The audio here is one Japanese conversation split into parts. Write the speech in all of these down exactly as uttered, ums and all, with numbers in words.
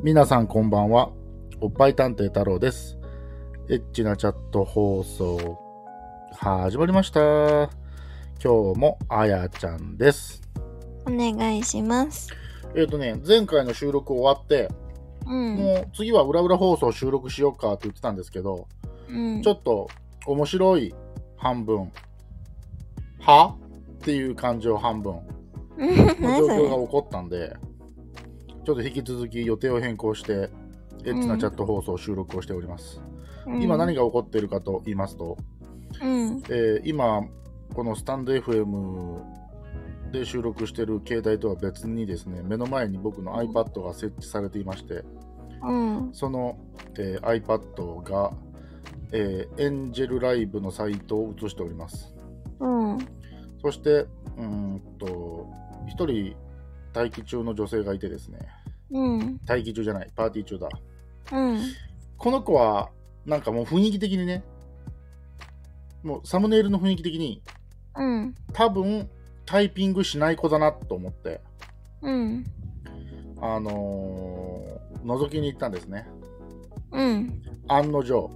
皆さんこんばんは。おっぱい探偵太郎です。エッチなチャット放送始まりました。今日もあやちゃんです。 お願いします。 えっとね前回の収録終わって、うん、もう次は裏裏放送収録しようかって言ってたんですけど、うん、ちょっと面白い半分はっていう感情半分の状況が起こったんでちょっと引き続き予定を変更してエッチなチャット放送収録をしております、うん、今何が起こっているかと言いますと、うんえー、今このスタンド エフエム で収録している携帯とは別にですね、目の前に僕の iPad が設置されていまして、うん、その、えー、iPad が、えー、エンジェルライブのサイトを映しております、うん、そしてうーんと一人待機中の女性がいてですね、うん、待機中じゃないパーティー中だ、うん、この子はなんかもう雰囲気的にね、もうサムネイルの雰囲気的に、うん、多分タイピングしない子だなと思って、うん、あのー、覗きに行ったんですね、うん、案の定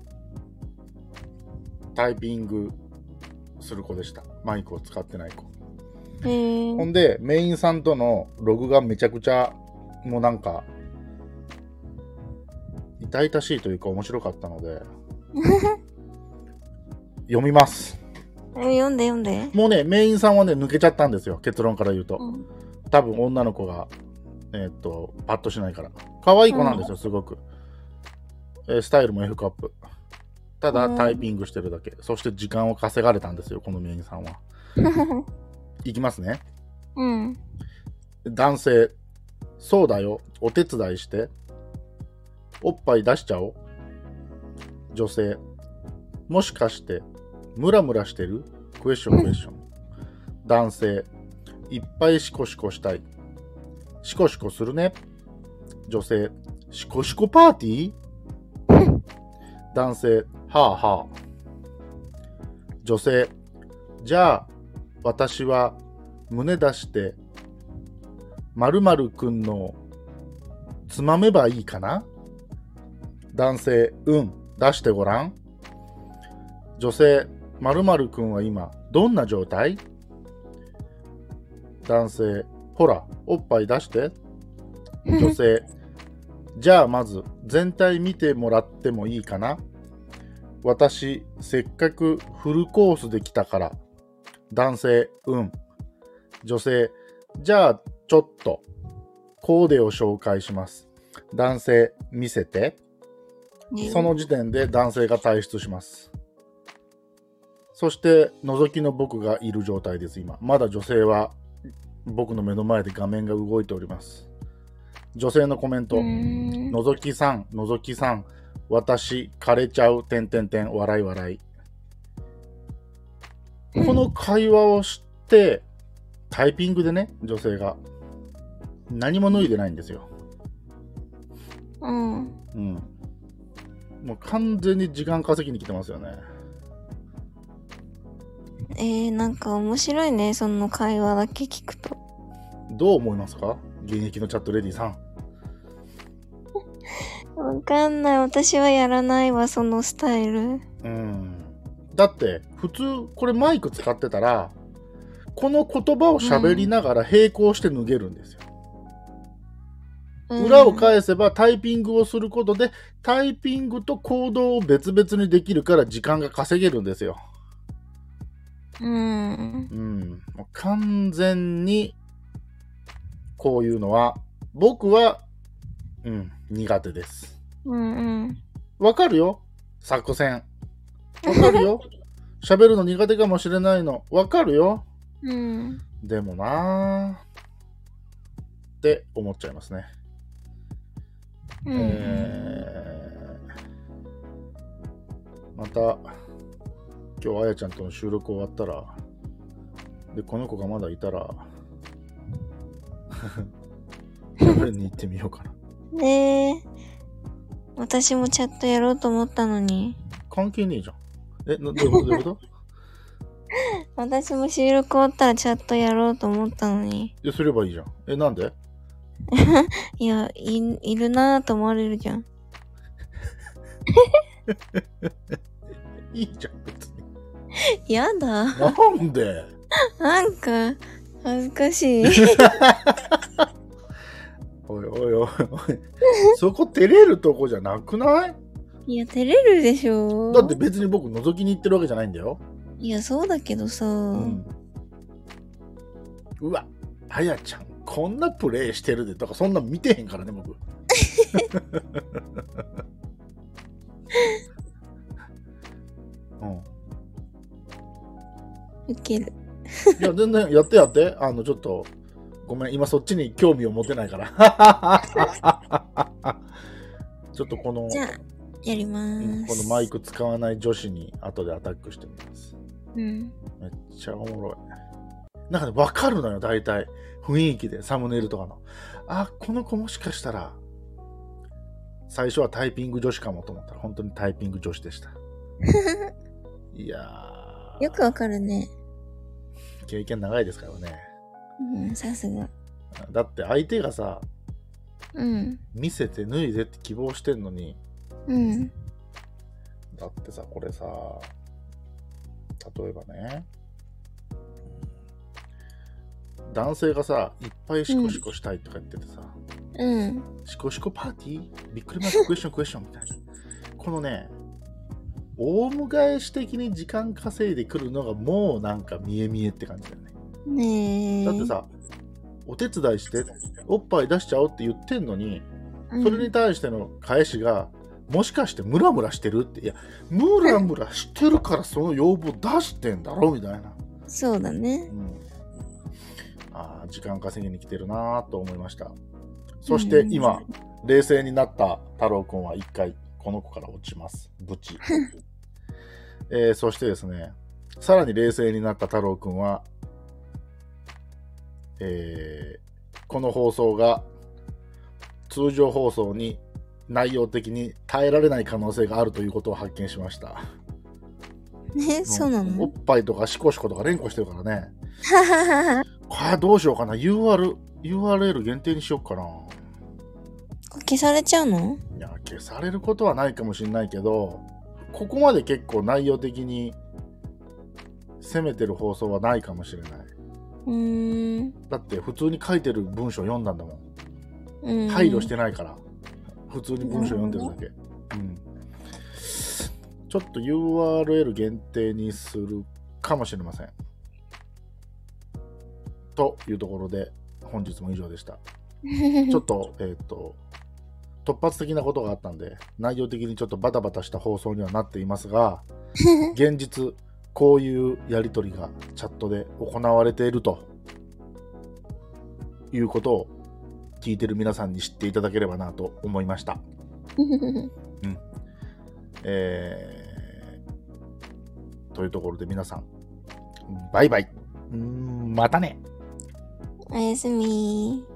タイピングする子でした。マイクを使ってない子。ほんでメインさんとのログがめちゃくちゃもうなんか痛々しいというか面白かったので読みます。 読んで読んで。 もうねメインさんはね抜けちゃったんですよ、結論から言うと、うん、多分女の子がえー、っとパッとしないから可愛い子なんですよ、うん、すごく、えー、スタイルも F カップ、ただタイピングしてるだけ、うん、そして時間を稼がれたんですよこのメインさんは。いきますね。うん。男性、そうだよ、お手伝いして。おっぱい出しちゃおう。女性、もしかしてムラムラしてる？クエスチョンクエスチョン。男性、いっぱいシコシコしたい。シコシコするね。女性、シコシコパーティー？男性、はあはあ。女性、じゃあ私は胸出して〇〇くんのつまめばいいかな？男性、うん出してごらん。女性、〇〇くんは今どんな状態？男性、ほらおっぱい出して。女性、じゃあまず全体見てもらってもいいかな？私せっかくフルコースで来たから。男性、うん。女性、じゃあちょっとコーデを紹介します。男性、見せて。その時点で男性が退出します。そして覗きの僕がいる状態です。今まだ女性は僕の目の前で画面が動いております。女性のコメント、覗きさん覗きさん私枯れちゃう点点点笑い笑い。この会話をしてタイピングでね、女性が何も脱いでないんですよ。うん。うん。もう完全に時間稼ぎに来てますよね。 えー、なんか面白いね、その会話だけ聞くと。 どう思いますか？現役のチャットレディさん。 わかんない。私はやらないわ、そのスタイル。 うん。だって普通これマイク使ってたらこの言葉を喋りながら並行して脱げるんですよ、うん、裏を返せばタイピングをすることでタイピングと行動を別々にできるから時間が稼げるんですよ。うん、うん、もう完全にこういうのは僕は、うん、苦手です。うんうん、わかるよ作戦。わかるよ喋るの苦手かもしれないのわかるよ、うん、でもなーって思っちゃいますね、うんえー、また今日あやちゃんとの収録終わったらでこの子がまだいたら喋りに行ってみようかな。 ねえ、私もチャットやろうと思ったのに。 関係ねえじゃん。え、どういうことどういうこと私も収録終わったらチャットやろうと思ったのに。 いや、すればいいじゃん。え、なんで？ いや、い、いるなぁと思われるじゃん。 いいじゃん、別に。 やだ。 なんでなんか、恥ずかしい。 おいおいおいおい。そこ照れるとこじゃなくない？ いや、照れるでしょ。 だって別に僕覗きに行ってるわけじゃないんだよ。 いや、そうだけどさ。うん、 うわ、あやちゃん、こんなプレイしてるでとか、そんな見てへんからね、僕。うん。 ウケる。 いや、全然やってやって。あの、ちょっと、ごめん、今そっちに興味を持てないから。ちょっとこの、 じゃあ、やりまーす。 このマイク使わない女子に後でアタックしてみます。 うん。 めっちゃおもろい。なんかね、わかるのよ、大体。雰囲気で、サムネイルとかの。あ、この子もしかしたら、最初はタイピング女子かもと思ったら、本当にタイピング女子でした。いやー。よくわかるね。 経験長いですからね。 うん、さすが。 だって相手がさ、 うん、 見せて脱いでって希望してんのに、 うん、 だってさ、これさ、例えばね、男性がさ、いっぱいシコシコしたいとか言っててさ、 うん、 シコシコパーティーびっくりマーククエスチョンクエスチョンみたいな。このね、オウム返し的に時間稼いでくるのがもうなんか見え見えって感じだよね。 ねえ。 だってさ、お手伝いしておっぱい出しちゃおうって言ってんのに、それに対しての返しが、もしかしてムラムラしてるって、いや、ムラムラしてるからその要望出してんだろみたいな。 そうだね。 うん、ああ、時間稼ぎに来てるなと思いました。そして今、うん、冷静になった太郎くんは一回この子から落ちます。ブチ。えー、そしてですね、さらに冷静になった太郎くんは、えー、この放送が通常放送に内容的に耐えられない可能性があるということを発見しました。 え、そうなの？ おっぱいとかシコシコとか連呼してるからね。これどうしようかな。ユーアール、ユーアールエル 限定にしようかな。 消されちゃうの？ いや、消されることはないかもしれないけど、ここまで結構内容的に攻めてる放送はないかもしれない。 うーん。 だって普通に書いてる文章読んだんだもん。 うん、 配慮してないから。普通に文章読んでるだけ。うん。ちょっと ユーアールエル 限定にするかもしれません。というところで、本日も以上でした。ちょっと、えっと、突発的なことがあったんで、内容的にちょっとバタバタした放送にはなっていますが、現実、こういうやり取りがチャットで行われているということを聞いてる皆さんに知っていただければなと思いました。うん、えー、というところで皆さん、バイバイ。うーん、またね。 おやすみ。